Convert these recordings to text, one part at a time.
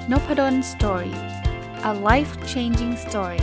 Nopadon Story. A life-changing story.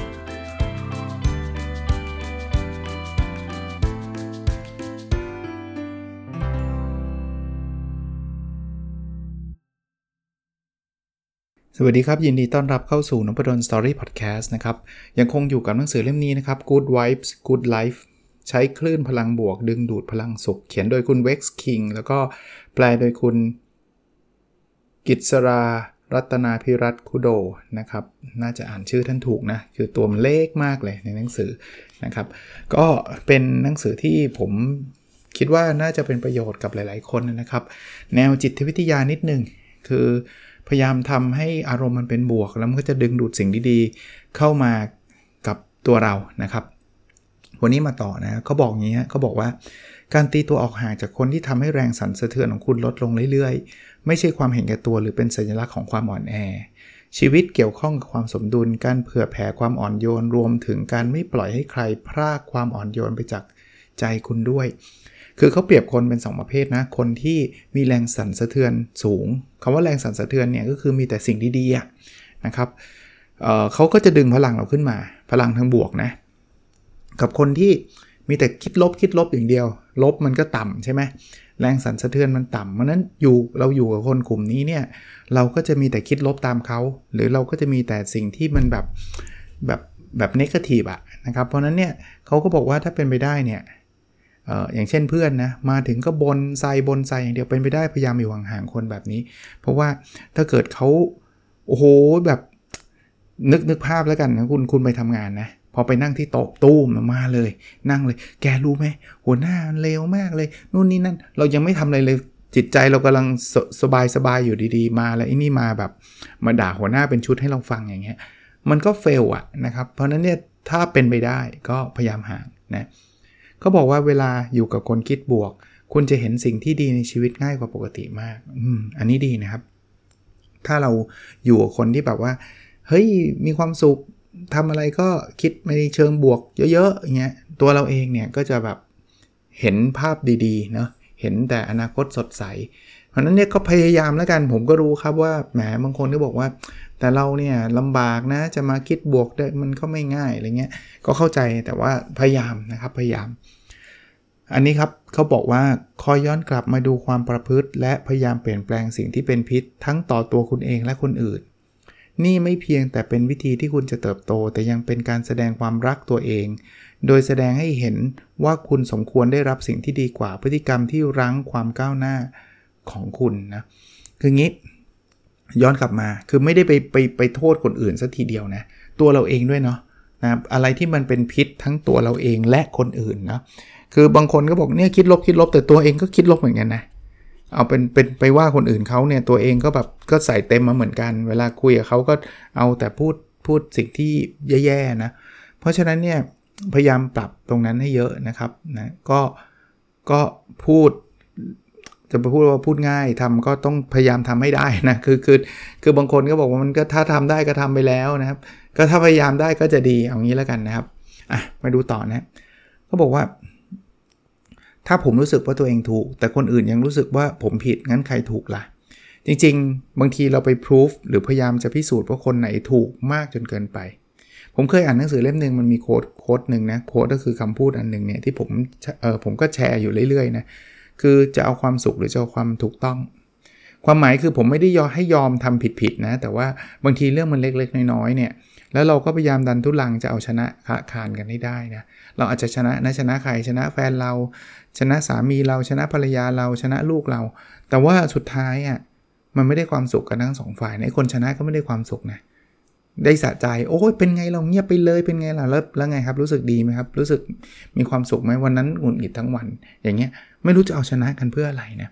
สวัสดีครับยินดีต้อนรับเข้าสู่ Nopadon Story Podcast นะครับยังคงอยู่กับหนังสือเล่มนี้นะครับ Good Vibes Good Life ใช้คลื่นพลังบวกดึงดูดพลังสุขเขียนโดยคุณเว็กซ์คิงแล้วก็แปลโดยคุณกิตสรารัตนาภิรัตน์คุโดนะครับน่าจะอ่านชื่อท่านถูกนะคือตัวมันเล็กมากเลยในหนังสือนะครับก็เป็นหนังสือที่ผมคิดว่าน่าจะเป็นประโยชน์กับหลายๆคนนะครับแนวจิตวิทยานิดนึงคือพยายามทำให้อารมณ์มันเป็นบวกแล้วมันก็จะดึงดูดสิ่งดีๆเข้ามากับตัวเรานะครับวันนี้มาต่อนะเขาบอกอย่างนี้เขาบอกว่าการตีตัวออกห่างจากคนที่ทำให้แรงสั่นสะเทือนของคุณลดลงเรื่อยๆไม่ใช่ความเห็นแก่ตัวหรือเป็นสัญลักษณ์ของความอ่อนแอชีวิตเกี่ยวข้องกับความสมดุลการเผื่อแผ่ความอ่อนโยนรวมถึงการไม่ปล่อยให้ใครพรากความอ่อนโยนไปจากใจคุณด้วยคือเขาเปรียบคนเป็น2ประเภทนะคนที่มีแรงสั่นสะเทือนสูงคำว่าแรงสั่นสะเทือนเนี่ยก็คือมีแต่สิ่งดีๆนะครับเขาก็จะดึงพลังเราขึ้นมาพลังทางบวกนะกับคนที่มีแต่คิดลบอย่างเดียวลบมันก็ต่ำใช่ไหมแรงสั่นสะเทือนมันต่ำเพราะนั้นเราอยู่กับคนกลุ่มนี้เนี่ยเราก็จะมีแต่คิดลบตามเขาหรือเราก็จะมีแต่สิ่งที่มันแบบเนกาทีฟอะนะครับเพราะนั้นเนี่ยเขาก็บอกว่าถ้าเป็นไปได้เนี่ยอย่างเช่นเพื่อนนะมาถึงก็บนไซอย่างเดียวเป็นไปได้พยายามอยู่ห่างๆคนแบบนี้เพราะว่าถ้าเกิดเขาโอ้โหแบบนึกภาพแล้วกันนะคุณไปทำงานนะพอไปนั่งที่โต๊ะตู้มมาเลยนั่งเลยแกรู้ไหมหัวหน้าเลวมากเลยนู่นนี่นั่นเรายังไม่ทำอะไรเลยจิตใจเรากำลังสบายอยู่ดีๆมาแล้วไอ้นี่มาแบบมาด่าหัวหน้าเป็นชุดให้เราฟังอย่างเงี้ยมันก็เฟลอะนะครับเพราะนั้นเนี่ยถ้าเป็นไปได้ก็พยายามห่างนะเขาบอกว่าเวลาอยู่กับคนคิดบวกคุณจะเห็นสิ่งที่ดีในชีวิตง่ายกว่าปกติมากอันนี้ดีนะครับถ้าเราอยู่กับคนที่แบบว่าเฮ้ยมีความสุขทำอะไรก็คิดในเชิงบวกเยอะๆอย่างเงี้ยตัวเราเองเนี่ยก็จะแบบเห็นภาพดีๆเนาะเห็นแต่อนาคตสดใสเพราะนั้นเนี่ยก็พยายามแล้วกันผมก็รู้ครับว่าแหมบางคนก็บอกว่าแต่เราเนี่ยลำบากนะจะมาคิดบวกได้มันก็ไม่ง่ายอะไรเงี้ยก็เข้าใจแต่ว่าพยายามนะครับพยายามอันนี้ครับเขาบอกว่าคอยย้อนกลับมาดูความประพฤติและพยายามเปลี่ยนแปลงสิ่งที่เป็นพิษทั้งต่อตัวคุณเองและคนอื่นนี่ไม่เพียงแต่เป็นวิธีที่คุณจะเติบโตแต่ยังเป็นการแสดงความรักตัวเองโดยแสดงให้เห็นว่าคุณสมควรได้รับสิ่งที่ดีกว่าพฤติกรรมที่รั้งความก้าวหน้าของคุณนะคืองี้ย้อนกลับมาคือไม่ได้ไปโทษคนอื่นสักทีเดียวนะตัวเราเองด้วยเนาะนะอะไรที่มันเป็นพิษทั้งตัวเราเองและคนอื่นนะคือบางคนก็บอกเนี่ยคิดลบแต่ตัวเองก็คิดลบเหมือนกันนะเอาเป็นไปว่าคนอื่นเขาเนี่ยตัวเองก็แบบก็ใส่เต็มมาเหมือนกันเวลาคุยกับเขาก็เอาแต่พูดสิ่งที่แย่ๆนะเพราะฉะนั้นเนี่ยพยายามปรับตรงนั้นให้เยอะนะครับนะก็พูดจะไปพูดว่าพูดง่ายทำก็ต้องพยายามทำให้ได้นะคือบางคนก็บอกว่ามันก็ถ้าทำได้ก็ทำไปแล้วนะครับก็ถ้าพยายามได้ก็จะดีเอางี้แล้วกันนะครับมาดูต่อนะเขาบอกว่าถ้าผมรู้สึกว่าตัวเองถูกแต่คนอื่นยังรู้สึกว่าผมผิดงั้นใครถูกล่ะจริงๆบางทีเราไปพิสูจหรือพยายามจะพิสูจน์ว่าคนไหนถูกมากจนเกินไปผมเคยอ่านหนังสือเล่มนึงมันมีโค้ดนึงนะโค้ดก็คือคำพูดอันนึงเนี่ยที่ผมก็แชร์อยู่เรื่อยๆนะคือจะเอาความสุขหรือจะเอาความถูกต้องความหมายคือผมไม่ได้ให้ยอมทำผิดนะแต่ว่าบางทีเรื่องมันเล็กๆน้อยๆเนี่ยแล้วเราก็พยายามดันทุลังจะเอาชนะคานกันให้ได้นะเราอาจจะชนะใครชนะแฟนเราชนะสามีเราชนะภรรยาเราชนะลูกเราแต่ว่าสุดท้ายมันไม่ได้ความสุขกันทั้งสองฝ่ายนะคนชนะก็ไม่ได้ความสุขนะได้สะใจโอ้ยเป็นไงเราเงียบไปเลยเป็นไงล่ะแล้วไงครับรู้สึกดีไหมครับรู้สึกมีความสุขไหมวันนั้นหงุดหงิดทั้งวันอย่างเงี้ยไม่รู้จะเอาชนะกันเพื่ออะไรนะ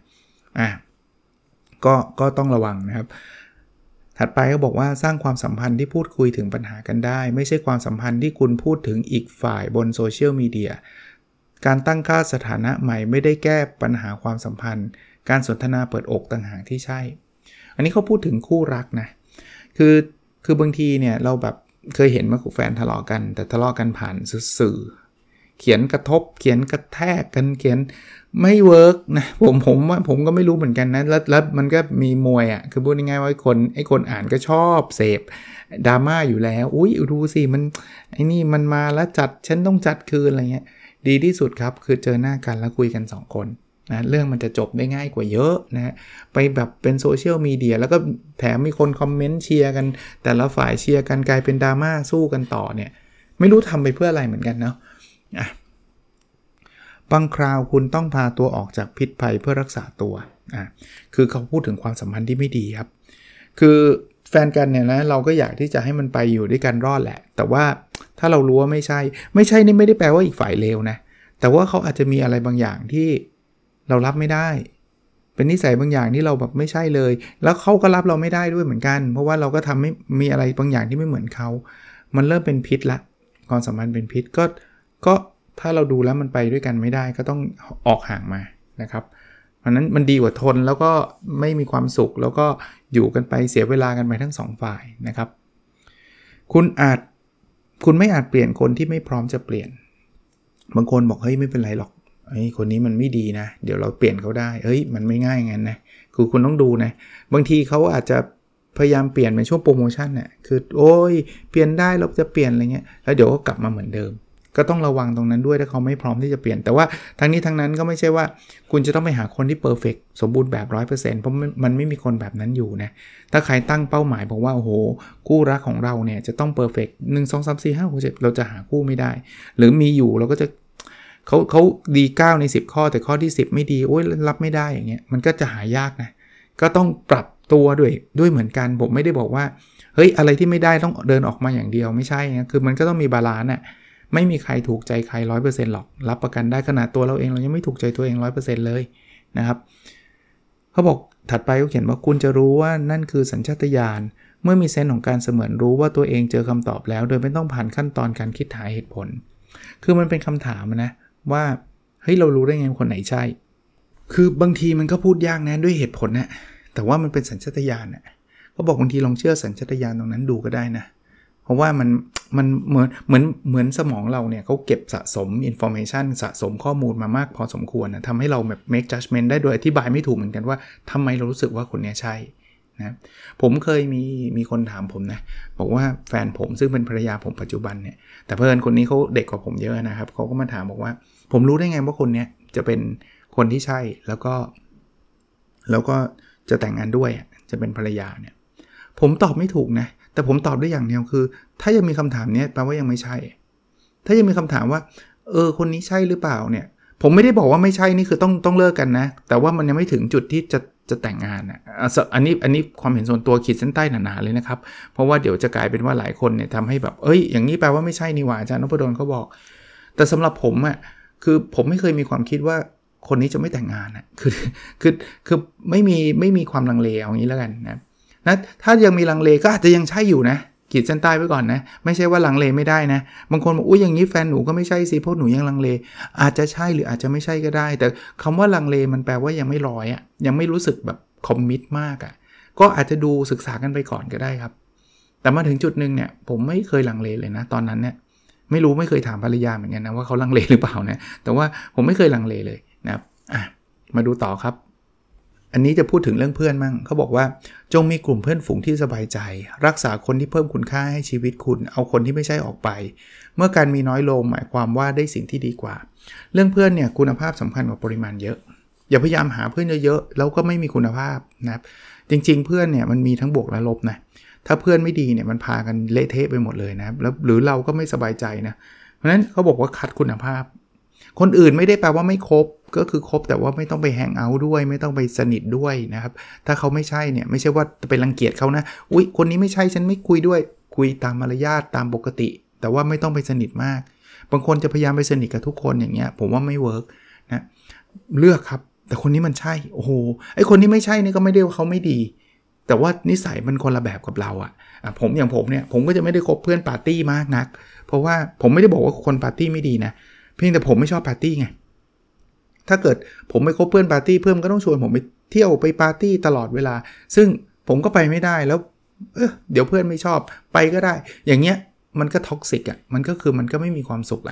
ก็ต้องระวังนะครับถัดไปก็บอกว่าสร้างความสัมพันธ์ที่พูดคุยถึงปัญหากันได้ไม่ใช่ความสัมพันธ์ที่คุณพูดถึงอีกฝ่ายบนโซเชียลมีเดียการตั้งค่าสถานะใหม่ไม่ได้แก้ปัญหาความสัมพันธ์การสนทนาเปิดอกต่างหากที่ใช่อันนี้เขาพูดถึงคู่รักนะคือบางทีเนี่ยเราแบบเคยเห็นว่าแฟนทะเลาะกันแต่ทะเลาะกันผ่านสื่อเขียนกระทบเขียนกระแทกกันเขียนไม่เวิร์กนะผมก็ไม่รู้เหมือนกันนะแล้วมันก็มีมวยอ่ะคือพูดง่ายๆว่าคนอ่านก็ชอบเสพดราม่าอยู่แล้วอุ้ยดูสิมันไอ้นี่มันมาแล้วจัดฉันต้องจัดคืนอะไรเงี้ยดีที่สุดครับคือเจอหน้ากันแล้วคุยกัน2คนนะเรื่องมันจะจบได้ง่ายกว่าเยอะนะไปแบบเป็นโซเชียลมีเดียแล้วก็แถมมีคนคอมเมนต์เชียร์กันแต่ละฝ่ายเชียร์กันกลายเป็นดราม่าสู้กันต่อเนี่ยไม่รู้ทำไปเพื่ออะไรเหมือนกันเนาะบางคราวคุณต้องพาตัวออกจากพิษภัยเพื่อรักษาตัวคือเขาพูดถึงความสัมพันธ์ที่ไม่ดีครับคือแฟนกันเนี่ยนะเราก็อยากที่จะให้มันไปอยู่ด้วยกันรอดแหละแต่ว่าถ้าเรารู้ว่าไม่ใช่นี่ไม่ได้แปลว่าอีกฝ่ายเลวนะแต่ว่าเขาอาจจะมีอะไรบางอย่างที่เรารับไม่ได้เป็นนิสัยบางอย่างที่เราแบบไม่ใช่เลยแล้วเขาก็รับเราไม่ได้ด้วยเหมือนกันเพราะว่าเราก็ทำให้มีอะไรบางอย่างที่ไม่เหมือนเขามันเริ่มเป็นพิษละความสัมพันธ์เป็นพิษก็ถ้าเราดูแล้วมันไปด้วยกันไม่ได้ก็ต้องออกห่างมานะครับเพราะนั้นมันดีกว่าทนแล้วก็ไม่มีความสุขแล้วก็อยู่กันไปเสียเวลากันไปทั้ง2ฝ่ายนะครับคุณไม่อาจเปลี่ยนคนที่ไม่พร้อมจะเปลี่ยนบางคนบอกเฮ้ยไม่เป็นไรหรอกคนนี้มันไม่ดีนะเดี๋ยวเราเปลี่ยนเขาได้มันไม่ง่ายงั้นนะคือคุณต้องดูนะบางทีเขาอาจจะพยายามเปลี่ยนในช่วงโปรโมชั่นน่ะคือโอ้ยเปลี่ยนได้เราจะเปลี่ยนอะไรเงี้ยแล้วเดี๋ยวก็กลับมาเหมือนเดิมก็ต้องระวังตรงนั้นด้วยถ้าเขาไม่พร้อมที่จะเปลี่ยนแต่ว่าทั้งนี้ทั้งนั้นก็ไม่ใช่ว่าคุณจะต้องไปหาคนที่เพอร์เฟคสมบูรณ์แบบ 100% เพราะมันไม่มีคนแบบนั้นอยู่นะถ้าใครตั้งเป้าหมายบอกว่าโอ้โหคู่รักของเราเนี่ยจะต้องเพอร์เฟค1 2 3 4 5 6 7เราจะหาคู่ไม่ได้หรือมีอยู่เราก็จะเขาดี9ใน10ข้อแต่ข้อที่10ไม่ดีโอ๊ยรับไม่ได้อย่างเงี้ยมันก็จะหายากนะก็ต้องปรับตัวด้วยเหมือนกันผมไม่ได้บอกว่าเฮ้ยอะไรที่ไม่ได้ต้องเดินออกมาอย่างเดียวไม่ใช่นะคือมันก็ต้องมีบาลานซ์น่ะไม่มีใครถูกใจใคร 100% หรอกรับประกันได้ขนาดตัวเราเองเรายังไม่ถูกใจตัวเอง 100% เลยนะครับเขาบอกถัดไปเขาเขียนว่าคุณจะรู้ว่านั่นคือสัญชาตญาณเมื่อมีเซนส์ของการเสมือนรู้ว่าตัวเองเจอคำตอบแล้วโดยไม่ต้องผ่านขั้นตอนการคิดหาเหตุผลคือมันเป็นคำถามนะว่าเฮ้ยเรารู้ได้ไงคนไหนใช่คือบางทีมันก็พูดยากนะด้วยเหตุผลนะแต่ว่ามันเป็นสัญชาตญาณนะเขาบอกบางทีลองเชื่อสัญชาตญาณตรงนั้นดูก็ได้นะเพราะว่ามันเหมือนสมองเราเนี่ยเขาเก็บสะสม information สะสมข้อมูลมามากพอสมควรนะทำให้เราแบบ make judgment ได้โดยอธิบายไม่ถูกเหมือนกันว่าทำไมเรารู้สึกว่าคนนี้ใช่นะผมเคยมีคนถามผมนะบอกว่าแฟนผมซึ่งเป็นภรรยาผมปัจจุบันเนี่ยแต่เพื่อนคนนี้เขาเด็กกว่าผมเยอะนะครับเขาก็มาถามบอกว่าผมรู้ได้ไงว่าคนนี้จะเป็นคนที่ใช่แล้วก็จะแต่งงานด้วยจะเป็นภรรยาเนี่ยผมตอบไม่ถูกนะแต่ผมตอบได้อย่างเดียวคือถ้ายังมีคำถามนี้แปลว่ายังไม่ใช่ถ้ายังมีคำถามว่าคนนี้ใช่หรือเปล่าเนี่ยผมไม่ได้บอกว่าไม่ใช่นี่คือต้องเลิกกันนะแต่ว่ามันยังไม่ถึงจุดที่จะแต่งงานอันนี้ความเห็นส่วนตัวขีดเส้นใต้หนาๆเลยนะครับเพราะว่าเดี๋ยวจะกลายเป็นว่าหลายคนเนี่ยทำให้แบบอย่างนี้แปลว่าไม่ใช่นี่หว่าอาจารย์นพดลเขาบอกแต่สำหรับผมคือผมไม่เคยมีความคิดว่าคนนี้จะไม่แต่งงานคือไม่มีความลังเลเอางี้แล้วกันนะถ้ายังมีลังเลก็อาจจะยังใช่อยู่นะขีดเส้นใต้ไว้ก่อนนะไม่ใช่ว่าลังเลไม่ได้นะบางคนบอกอย่างนี้แฟนหนูก็ไม่ใช่สิเพราะหนูยังลังเลอาจจะใช่หรืออาจจะไม่ใช่ก็ได้แต่คำว่าลังเลมันแปลว่ายังไม่ร้อยยังไม่รู้สึกแบบคอมมิตมากก็อาจจะดูศึกษากันไปก่อนก็ได้ครับแต่มาถึงจุดนึงเนี่ยผมไม่เคยลังเลเลยนะตอนนั้นเนี่ยไม่เคยถามภรรยาเหมือนกันนะว่าเขาลังเลหรือเปล่านะแต่ว่าผมไม่เคยลังเลเลยนะครับมาดูต่อครับอันนี้จะพูดถึงเรื่องเพื่อนมั่งเขาบอกว่าจงมีกลุ่มเพื่อนฝูงที่สบายใจรักษาคนที่เพิ่มคุณค่าให้ชีวิตคุณเอาคนที่ไม่ใช่ออกไปเมื่อการมีน้อยลงหมายความว่าได้สิ่งที่ดีกว่าเรื่องเพื่อนเนี่ยคุณภาพสำคัญกว่าปริมาณเยอะอย่าพยายามหาเพื่อนเยอะๆแล้วก็ไม่มีคุณภาพนะครับจริงๆเพื่อนเนี่ยมันมีทั้งบวกและลบนะถ้าเพื่อนไม่ดีเนี่ยมันพากันเละเทะไปหมดเลยนะครับแล้วหรือเราก็ไม่สบายใจนะเพราะฉะนั้นเขาบอกว่าคัดคุณภาพคนอื่นไม่ได้แปลว่าไม่คบก็คือคบแต่ว่าไม่ต้องไปแฮงเอาท์ด้วยไม่ต้องไปสนิทด้วยนะครับถ้าเขาไม่ใช่เนี่ยไม่ใช่ว่าจะไปรังเกียจเขานะคนนี้ไม่ใช่ฉันไม่คุยด้วยคุยตามมารยาทตามปกติแต่ว่าไม่ต้องไปสนิทมากบางคนจะพยายามไปสนิทกับทุกคนอย่างเงี้ยผมว่าไม่เวิร์กนะเลือกครับแต่คนนี้มันใช่โอ้โหไอคนนี้ไม่ใช่นี่ก็ไม่ได้ว่าเขาไม่ดีแต่ว่านิสัยมันคนละแบบกับเราผมอย่างผมเนี่ยผมก็จะไม่ได้คบเพื่อนปาร์ตี้มากนักเพราะว่าผมไม่ได้บอกว่าคนปาร์ตี้ไม่ดีนะเพียงแต่ผมไม่ชอบปาร์ตี้ไงถ้าเกิดผมไปคบเพื่อนปาร์ตี้เพื่อนก็ต้องชวนผมไปเที่ยวไปปาร์ตี้ตลอดเวลาซึ่งผมก็ไปไม่ได้แล้วเดี๋ยวเพื่อนไม่ชอบไปก็ได้อย่างเงี้ยมันก็ท็อกซิกมันก็คือมันก็ไม่มีความสุขแหละ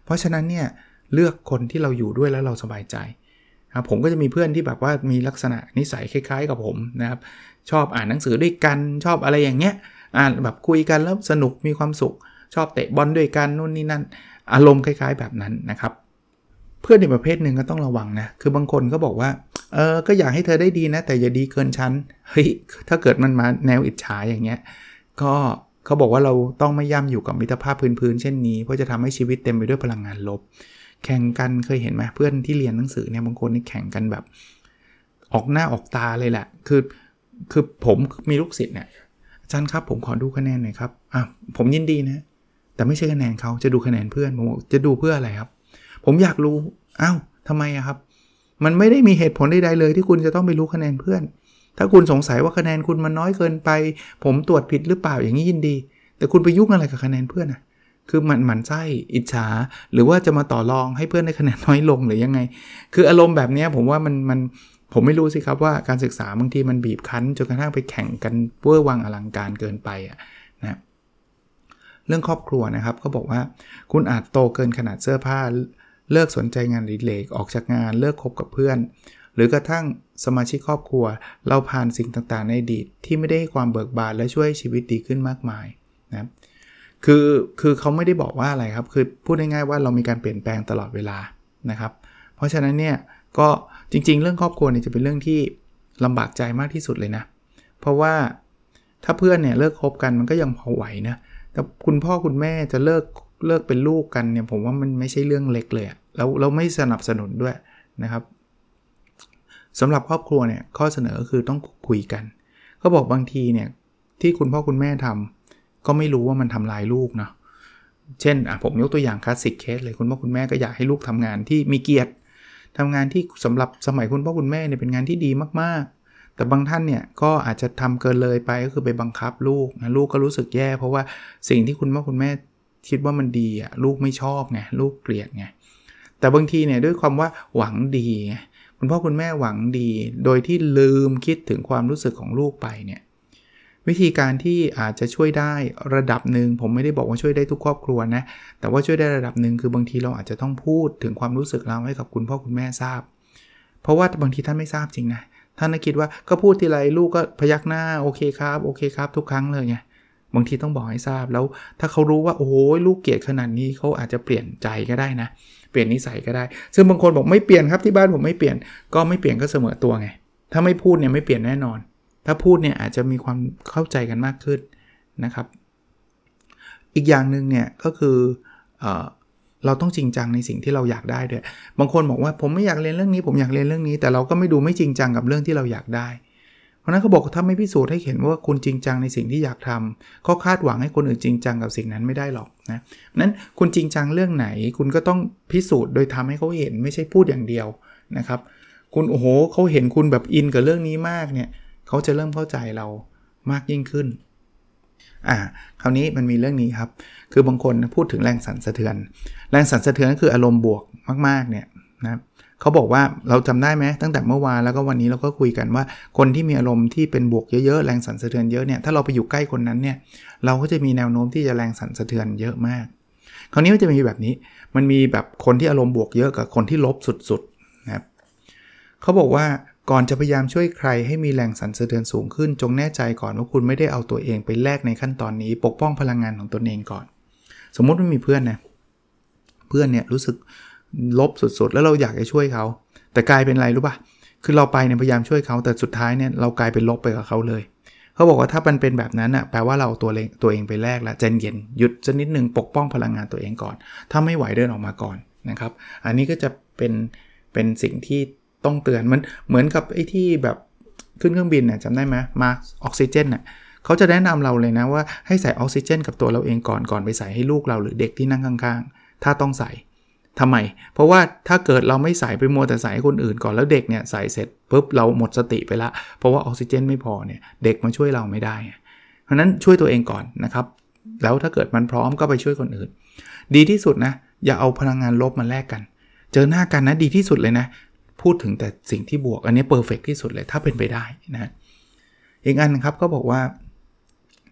เพราะฉะนั้นเนี่ยเลือกคนที่เราอยู่ด้วยแล้วเราสบายใจครับผมก็จะมีเพื่อนที่แบบว่ามีลักษณะนิสัยคล้ายๆกับผมนะครับชอบอ่านหนังสือด้วยกันชอบอะไรอย่างเงี้ยแบบคุยกันแล้วสนุกมีความสุขชอบเตะบอลด้วยกันนู่นนี่นั่นอารมณ์คล้ายๆแบบนั้นนะครับเพื่อนในประเภทหนึ่งก็ต้องระวังนะคือบางคนก็บอกว่าก็อยากให้เธอได้ดีนะแต่อย่าดีเกินฉันเฮ้ยถ้าเกิดมันมาแนวอิจฉาอย่างเงี้ยก็เขาบอกว่าเราต้องไม่ย่ำอยู่กับมิตรภาพพื้นๆเช่นนี้เพราะจะทำให้ชีวิตเต็มไปด้วยพลังงานลบแข่งกันเคยเห็นไหมเพื่อนที่เรียนหนังสือเนี่ยบางคนนี่แข่งกันแบบออกหน้าออกตาเลยแหละคือผมมีลูกศิษย์เนี่ยอาจารย์ครับผมขอดูคะแนนหน่อยครับผมยินดีนะแต่ไม่ใช่คะแนนเขาจะดูคะแนนเพื่อนผมบอกจะดูเพื่ออะไรครับผมอยากรู้ทำไมครับมันไม่ได้มีเหตุผลใดๆเลยที่คุณจะต้องไปรู้คะแนนเพื่อนถ้าคุณสงสัยว่าคะแนนคุณมันน้อยเกินไปผมตรวจผิดหรือเปล่าอย่างนี้ยินดีแต่คุณไปยุ่งอะไรกับคะแนนเพื่อนนะคือมันหมั่นไส้อิจฉาหรือว่าจะมาต่อรองให้เพื่อนได้คะแนนน้อยลงหรือยังไงคืออารมณ์แบบนี้ผมว่ามันผมไม่รู้สิครับว่าการศึกษาบางทีมันบีบคั้นจนกระทั่งไปแข่งกันเวอร์วังอลังการเกินไปนะเรื่องครอบครัวนะครับเขาบอกว่าคุณอาจโตเกินขนาดเสื้อผ้าเลิกสนใจงานอดิเรกออกจากงานเลิกคบกับเพื่อนหรือกระทั่งสมาชิกครอบครัวเราผ่านสิ่งต่างๆในอดีตที่ไม่ได้ให้ความเบิกบานและช่วยชีวิตดีขึ้นมากมายนะคือเขาไม่ได้บอกว่าอะไรครับคือพูดง่ายๆว่าเรามีการเปลี่ยนแปลงตลอดเวลานะครับเพราะฉะนั้นเนี่ยก็จริงๆเรื่องครอบครัวเนี่ยจะเป็นเรื่องที่ลำบากใจมากที่สุดเลยนะเพราะว่าถ้าเพื่อนเนี่ยเลิกคบกันมันก็ยังพอไหวนะแต่คุณพ่อคุณแม่จะเลิกเป็นลูกกันเนี่ยผมว่ามันไม่ใช่เรื่องเล็กเลยแล้วเราไม่สนับสนุนด้วยนะครับสำหรับครอบครัวเนี่ยข้อเสนอก็คือต้องคุยกันเขาบอกบางทีเนี่ยที่คุณพ่อคุณแม่ทำก็ไม่รู้ว่ามันทำลายลูกเนาะเช่นผมยกตัวอย่างคลาสสิกเคสเลยคุณพ่อคุณแม่ก็อยากให้ลูกทำงานที่มีเกียรติทำงานที่สำหรับสมัยคุณพ่อคุณแม่เนี่ยเป็นงานที่ดีมากๆแต่บางท่านเนี่ยก็อาจจะทำเกินเลยไปก็คือไปบังคับลูกนะลูกก็รู้สึกแย่เพราะว่าสิ่งที่คุณพ่อคุณแม่คิดว่ามันดีลูกไม่ชอบไงลูกเกลียดไงแต่บางทีเนี่ยด้วยความว่าหวังดีไงคุณพ่อคุณแม่หวังดีโดยที่ลืมคิดถึงความรู้สึกของลูกไปเนี่ยวิธีการที่อาจจะช่วยได้ระดับหนึ่งผมไม่ได้บอกว่าช่วยได้ทุกครอบครัวนะแต่ว่าช่วยได้ระดับหนึ่งคือบางทีเราอาจจะต้องพูดถึงความรู้สึกเราให้กับคุณพ่อคุณแม่ทราบเพราะว่าบางทีท่านไม่ทราบจริงนะท่านคิดว่าก็พูดทีไรลูกก็พยักหน้าโอเคครับโอเคครับทุกครั้งเลยไงบางทีต้องบอกให้ทราบแล้วถ้าเขารู้ว่าโอ้โหลูกเกลียดขนาดนี้เขาอาจจะเปลี่ยนใจก็ได้นะเปลี่ยนนิสัยก็ได้ซึ่งบางคนบอกไม่เปลี่ยนครับที่บ้านผมไม่เปลี่ยนก็ไม่เปลี่ยนก็เสมอตัวไงถ้าไม่พูดเนี่ยไม่เปลี่ยนแน่นอนถ้าพูดเนี่ยอาจจะมีความเข้าใจกันมากขึ้นนะครับอีกอย่างนึงเนี่ยก็คือเราต้องจริงจังในสิ่งที่เราอยากได้ด้วยบางคนบอกว่าผมไม่อยากเรียนเรื่องนี้ผมอยากเรียนเรื่องนี้แต่เราก็ไม่จริงจังกับเรื่องที่เราอยากได้เพราะนั้นเขาบอกถ้าไม่พิสูจน์ให้เห็นว่าคุณจริงจังในสิ่งที่อยากทำก็คาดหวังให้คนอื่นจริงจังกับสิ่งนั้นไม่ได้หรอกนะนั้นคุณจริงจังเรื่องไหนคุณก็ต้องพิสูจน์โดยทำให้เขาเห็นไม่ใช่พูดอย่างเดียวนะครับคุณโอ้โหเขาเห็นคุณแบบอินกับเรื่องนี้มากเนี่ยเขาจะเริ่มเข้าใจเรามากยิ่งขึ้นคราวนี้มันมีเรื่องนี้ครับคือบางคนพูดถึงแรงสั่นสะเทือนแรงสั่นสะเทือนก็คืออารมณ์บวกมากๆเนี่ยนะเขาบอกว่าเราจำได้ไหมตั้งแต่เมื่อวานแล้วก็วันนี้เราก็คุยกันว่าคนที่มีอารมณ์ที่เป็นบวกเยอะๆแรงสั่นสะเทือนเยอะเนี่ยถ้าเราไปอยู่ใกล้คนนั้นเนี่ยเราก็จะมีแนวโน้มที่จะแรงสั่นสะเทือนเยอะมากคราวนี้มันจะมีแบบนี้มันมีแบบคนที่อารมณ์บวกเยอะกับคนที่ลบสุดๆนะครับเขาบอกว่าก่อนจะพยายามช่วยใครให้มีแรงสั่นสะเทือนสูงขึ้นจงแน่ใจก่อนว่าคุณไม่ได้เอาตัวเองไปแลกในขั้นตอนนี้ปกป้องพลังงานของตนเองก่อนสมมติว่ามีเพื่อนนะเพื่อนเนี่ยรู้สึกลบสุดๆแล้วเราอยากจะช่วยเขาแต่กลายเป็นอะไรรู้ป่ะคือเราไปเนี่ยพยายามช่วยเขาแต่สุดท้ายเนี่ยเรากลายเป็นลบไปกับเขาเลยเขาบอกว่าถ้ามันเป็นแบบนั้นแปลว่าเราตัวเองไปแลกแล้วใจเย็นหยุดสักนิดนึงปกป้องพลังงานตัวเองก่อนถ้าไม่ไหวเดินออกมาก่อนนะครับอันนี้ก็จะเป็นสิ่งที่ต้องเตือนมันเหมือนกับไอ้ที่แบบขึ้นเครื่องบินเนี่ยจำได้ไหมมาร์คออกซิเจนเนี่ยเขาจะแนะนำเราเลยนะว่าให้ใส่ออกซิเจนกับตัวเราเองก่อนไปใส่ให้ลูกเราหรือเด็กที่นั่งข้างๆถ้าต้องใส่ทำไมเพราะว่าถ้าเกิดเราไม่ใส่ไปมัวแต่ใส่ให้คนอื่นก่อนแล้วเด็กเนี่ยใส่เสร็จปุ๊บเราหมดสติไปละเพราะว่าออกซิเจนไม่พอเนี่ยเด็กมาช่วยเราไม่ได้เพราะนั้นช่วยตัวเองก่อนนะครับแล้วถ้าเกิดมันพร้อมก็ไปช่วยคนอื่นดีที่สุดนะอย่าเอาพลังงานลบมาแลกกันเจอหน้ากันนะดีที่สุดเลยนะพูดถึงแต่สิ่งที่บวกอันนี้เพอร์เฟคที่สุดเลยถ้าเป็นไปได้นะอีกอันนึงครับก็บอกว่า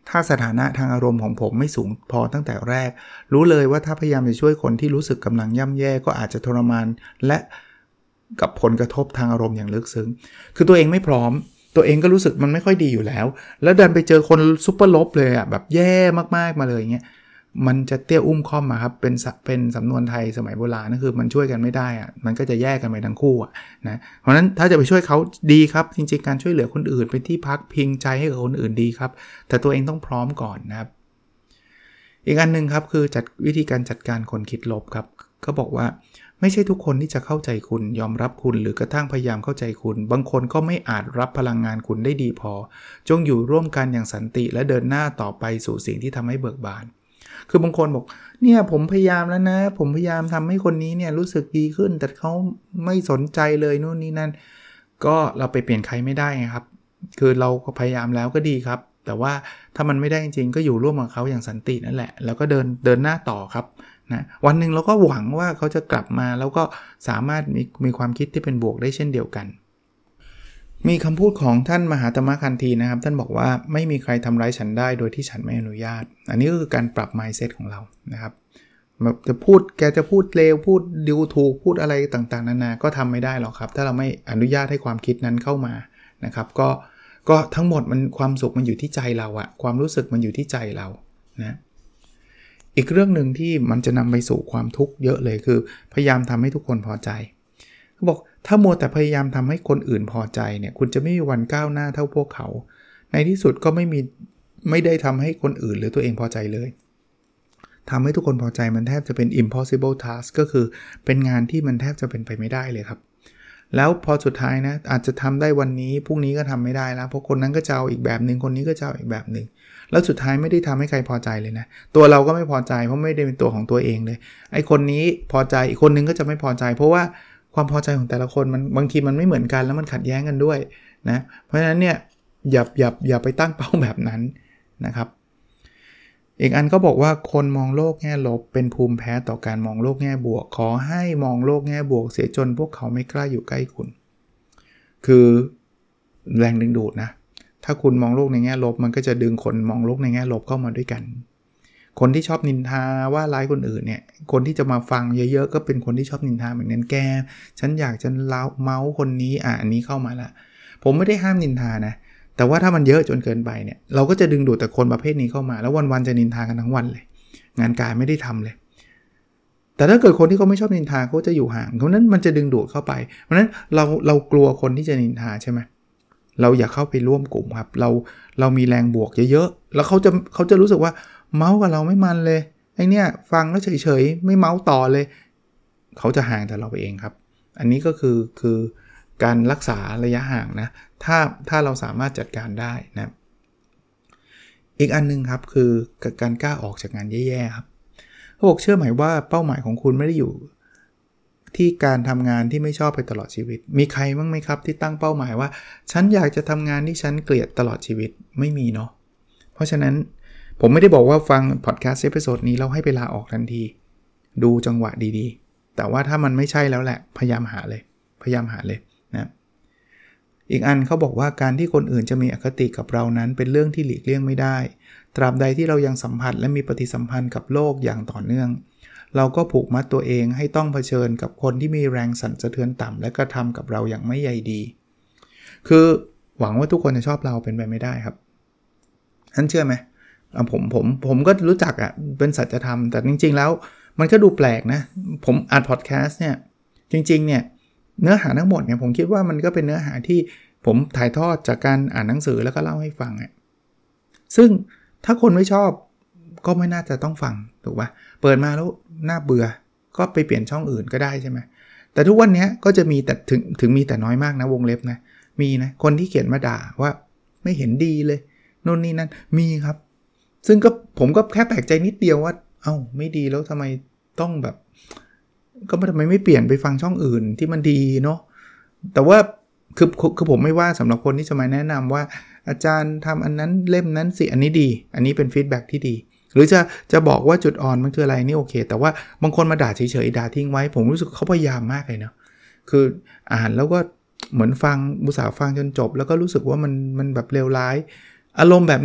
ถ้าสถานะทางอารมณ์ของผมไม่สูงพอตั้งแต่แรกรู้เลยว่าถ้าพยายามจะช่วยคนที่รู้สึกกำลังย่ำแย่ก็อาจจะทรมานและกับผลกระทบทางอารมณ์อย่างลึกซึ้งคือตัวเองไม่พร้อมตัวเองก็รู้สึกมันไม่ค่อยดีอยู่แล้วดันไปเจอคนซุปเปอร์ลบเลยอ่ะแบบแย่มากๆมาเลยอย่างเงี้ยมันจะเตี้ยอุ้มค่อมมาครับเป็นสำนวนไทยสมัยโบราณนั่นคือมันช่วยกันไม่ได้อ่ะมันก็จะแยกกันไปทั้งคู่อ่ะนะเพราะฉะนั้นถ้าจะไปช่วยเขาดีครับจริงๆการช่วยเหลือคนอื่นเป็นที่พักพิงใจให้กับคนอื่นดีครับแต่ตัวเองต้องพร้อมก่อนนะครับอีกอันนึงครับคือวิธีการจัดการคนคิดลบครับก็บอกว่าไม่ใช่ทุกคนที่จะเข้าใจคุณยอมรับคุณหรือกระทั่งพยายามเข้าใจคุณบางคนก็ไม่อาจรับพลังงานคุณได้ดีพอจงอยู่ร่วมกันอย่างสันติและเดินหน้าต่อไปสู่สิ่งที่ทำให้เบิกบานคือบางคนบอกเนี่ยผมพยายามแล้วนะผมพยายามทำให้คนนี้เนี่ยรู้สึกดีขึ้นแต่เขาไม่สนใจเลยนู่นนี่นั่นก็เราไปเปลี่ยนใครไม่ได้ไงครับคือเราก็พยายามแล้วก็ดีครับแต่ว่าถ้ามันไม่ได้จริงๆก็อยู่ร่วมกับเขาอย่างสันตินั่นแหละแล้วก็เดินหน้าต่อครับนะวันหนึ่งเราก็หวังว่าเขาจะกลับมาแล้วก็สามารถมีความคิดที่เป็นบวกได้เช่นเดียวกันมีคำพูดของท่านมหาตมะคันธีนะครับท่านบอกว่าไม่มีใครทำร้ายฉันได้โดยที่ฉันไม่อนุญาตอันนี้ก็คือการปรับ mindset ของเรานะครับแกจะพูดเลวพูดดูถูกพูดอะไรต่างๆนานาก็ทำไม่ได้หรอกครับถ้าเราไม่อนุญาตให้ความคิดนั้นเข้ามานะครับก็ทั้งหมดมันความสุขมันอยู่ที่ใจเราอะความรู้สึกมันอยู่ที่ใจเรานะอีกเรื่องนึงที่มันจะนำไปสู่ความทุกข์เยอะเลยคือพยายามทำให้ทุกคนพอใจเขาบอกถ้ามัวแต่พยายามทำให้คนอื่นพอใจเนี่ยคุณจะไม่มีวันก้าวหน้าเท่าพวกเขาในที่สุดก็ไม่ได้ทำให้คนอื่นหรือตัวเองพอใจเลยทำให้ทุกคนพอใจมันแทบจะเป็น impossible task ก็คือเป็นงานที่มันแทบจะเป็นไปไม่ได้เลยครับแล้วพอสุดท้ายนะอาจจะทำได้วันนี้พรุ่งนี้ก็ทำไม่ได้แล้วเพราะคนนั้นก็จะเอาอีกแบบนึงคนนี้ก็จะเอาอีกแบบนึงแล้วสุดท้ายไม่ได้ทำให้ใครพอใจเลยนะตัวเราก็ไม่พอใจเพราะไม่ได้เป็นตัวของตัวเองเลยไอ้คนนี้พอใจอีกคนนึงก็จะไม่พอใจเพราะว่าความพอใจของแต่ละคนมันบางทีมันไม่เหมือนกันแล้วมันขัดแย้งกันด้วยนะเพราะฉะนั้นเนี่ยอย่าไปตั้งเป้าแบบนั้นนะครับอีกอันก็บอกว่าคนมองโลกแง่ลบเป็นภูมิแพ้ต่อการมองโลกแง่บวกขอให้มองโลกแง่บวกเสียจนพวกเขาไม่กล้าอยู่ใกล้คุณคือแรงดึงดูดนะถ้าคุณมองโลกในแง่ลบมันก็จะดึงคนมองโลกในแง่ลบเข้ามาด้วยกันคนที่ชอบนินทาว่าร้ายคนอื่นเนี่ยคนที่จะมาฟังเยอะๆก็เป็นคนที่ชอบนินทาเหมือนกันแกฉันอยากจะเมาส์คนนี้อันนี้เข้ามาละผมไม่ได้ห้ามนินทานะแต่ว่าถ้ามันเยอะจนเกินไปเนี่ยเราก็จะดึงดูดแต่คนประเภทนี้เข้ามาแล้ววันๆจะนินทากันทั้งวันเลยงานการไม่ได้ทำเลยแต่ถ้าเกิดคนที่เขาไม่ชอบนินทาเขาจะอยู่ห่างเพราะนั้นมันจะดึงดูดเข้าไปเพราะนั้นเรากลัวคนที่จะนินทาใช่ไหมเราอย่าเข้าไปร่วมกลุ่มครับเรามีแรงบวกเยอะๆแล้วเขาจะรู้สึกว่าเมาส์กับเราไม่มันเลยไอเนี่ยฟังแล้วเฉยๆไม่เมาส์ต่อเลยเขาจะห่างจากเราไปเองครับอันนี้ก็คือการรักษาระยะห่างนะถ้าเราสามารถจัดการได้นะอีกอันนึงครับคือการกล้าออกจากงานแย่ๆครับเขาบอกเชื่อไหมว่าเป้าหมายของคุณไม่ได้อยู่ที่การทำงานที่ไม่ชอบไปตลอดชีวิตมีใครบ้างไหมครับที่ตั้งเป้าหมายว่าฉันอยากจะทำงานที่ฉันเกลียดตลอดชีวิตไม่มีเนาะเพราะฉะนั้นผมไม่ได้บอกว่าฟังพอดแคสต์เอพิโซดนี้เราให้ไปลาออกทันทีดูจังหวะดีๆแต่ว่าถ้ามันไม่ใช่แล้วแหละพยายามหาเลยนะอีกอันเขาบอกว่าการที่คนอื่นจะมีอคติกับเรานั้นเป็นเรื่องที่หลีกเลี่ยงไม่ได้ตราบใดที่เรายังสัมผัสและมีปฏิสัมพันธ์กับโลกอย่างต่อเนื่องเราก็ผูกมัดตัวเองให้ต้องเผชิญกับคนที่มีแรงสั่นสะเทือนต่ำและกระทำกับเราอย่างไม่ใยดีคือหวังว่าทุกคนจะชอบเราเป็นไปไม่ได้ครับท่านเชื่อไหมผมก็รู้จักเป็นสัจธรรมแต่จริงๆแล้วมันก็ดูแปลกนะผมอัดพอดแคสต์เนี่ยจริงๆเนี่ยเนื้อหาทั้งหมดเนี่ยผมคิดว่ามันก็เป็นเนื้อหาที่ผมถ่ายทอดจากการอ่านหนังสือแล้วก็เล่าให้ฟังซึ่งถ้าคนไม่ชอบก็ไม่น่าจะต้องฟังถูกป่ะเปิดมาแล้วน่าเบื่อก็ไปเปลี่ยนช่องอื่นก็ได้ใช่ไหมแต่ทุกวันนี้ก็จะมีแต่ถึงมีแต่น้อยมากนะวงเล็บนะมีนะคนที่เขียนมาด่าว่าไม่เห็นดีเลยโน่นนี่นั่นมีครับซึ่งก็ผมก็แค่แปลกใจนิดเดียวว่าไม่ดีแล้วทำไมต้องแบบก็ทำไมไม่เปลี่ยนไปฟังช่องอื่นที่มันดีเนาะแต่ว่าคือผมไม่ว่าสำหรับคนที่จะมาแนะนำว่าอาจารย์ทำอันนั้นเล่มนั้นสิอันนี้ดีอันนี้เป็นฟีดแบ็กที่ดีหรือจะบอกว่าจุดอ่อนมันคืออะไรนี่โอเคแต่ว่าบางคนมาด่าเฉยๆด่าทิ้งไว้ผมรู้สึกเขาพยายามมากเลยเนาะคืออ่านแล้วก็เหมือนฟังอุตส่าห์ฟังจนจบแล้วก็รู้สึกว่ามันแบบเลวร้ายอารมณ์แบบนี้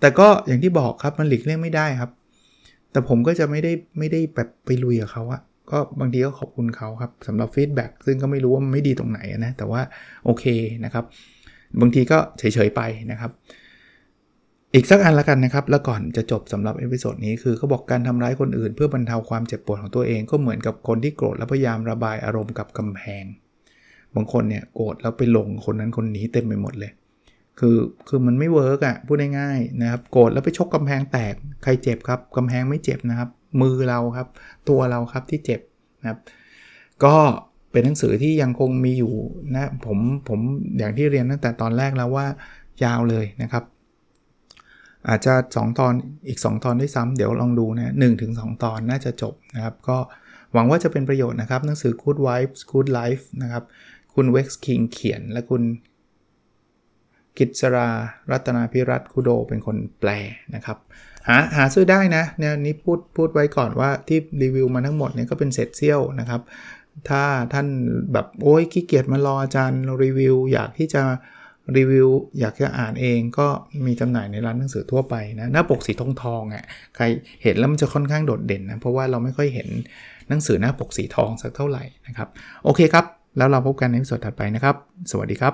แต่ก็อย่างที่บอกครับมันหลีกเลี่ยงไม่ได้ครับแต่ผมก็จะไม่ได้แบบไปลุยกับเขาอะก็บางทีก็ขอบคุณเขาครับสำหรับฟีดแบ็กซึ่งก็ไม่รู้ว่ามันไม่ดีตรงไหนนะแต่ว่าโอเคนะครับบางทีก็เฉยๆไปนะครับอีกสักอันละกันนะครับแล้วก่อนจะจบสำหรับเอพิโซดนี้คือเขาบอกการทำร้ายคนอื่นเพื่อบรรเทาความเจ็บปวดของตัวเองก็เหมือนกับคนที่โกรธแล้วพยายามระบายอารมณ์กับกำแพงบางคนเนี่ยโกรธแล้วไปลงคนนั้นคนนี้เต็มไปหมดเลยคือมันไม่เวิร์กอ่ะพูดง่ายๆนะครับโกรธแล้วไปชกกำแพงแตกใครเจ็บครับกำแพงไม่เจ็บนะครับมือเราครับตัวเราครับที่เจ็บนะครับก็เป็นหนังสือที่ยังคงมีอยู่นะผมอย่างที่เรียนตั้งแต่ตอนแรกแล้วว่ายาวเลยนะครับอาจจะ2ตอนอีก2ตอนด้วยซ้ำเดี๋ยวลองดูนะ 1-2 ตอนน่าจะจบนะครับก็หวังว่าจะเป็นประโยชน์นะครับหนังสือ Good Vibes Good Life นะครับคุณ Wex King เขียนและคุณกิจรารัตนาภิรัตน์คุโดเป็นคนแปลนะครับหาซื้อได้นะเนี่ยนี้พูดไว้ก่อนว่าที่รีวิวมาทั้งหมดเนี่ยก็เป็นเศษเสี้ยวนะครับถ้าท่านแบบโอ๊ยขี้เกียจมารออาจารย์รีวิวอยากที่จะรีวิวอยากจะอ่านเองก็มีจำหน่ายในร้านหนังสือทั่วไปนะหน้าปกสีทองอ่ะใครเห็นแล้วมันจะค่อนข้างโดดเด่นนะเพราะว่าเราไม่ค่อยเห็นหนังสือหน้าปกสีทองสักเท่าไหร่นะครับโอเคครับแล้วเราพบกันในตอนถัดไปนะครับสวัสดีครับ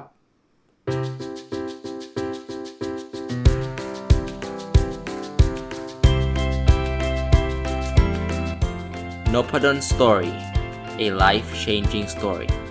Nopadon Story, a life-changing story.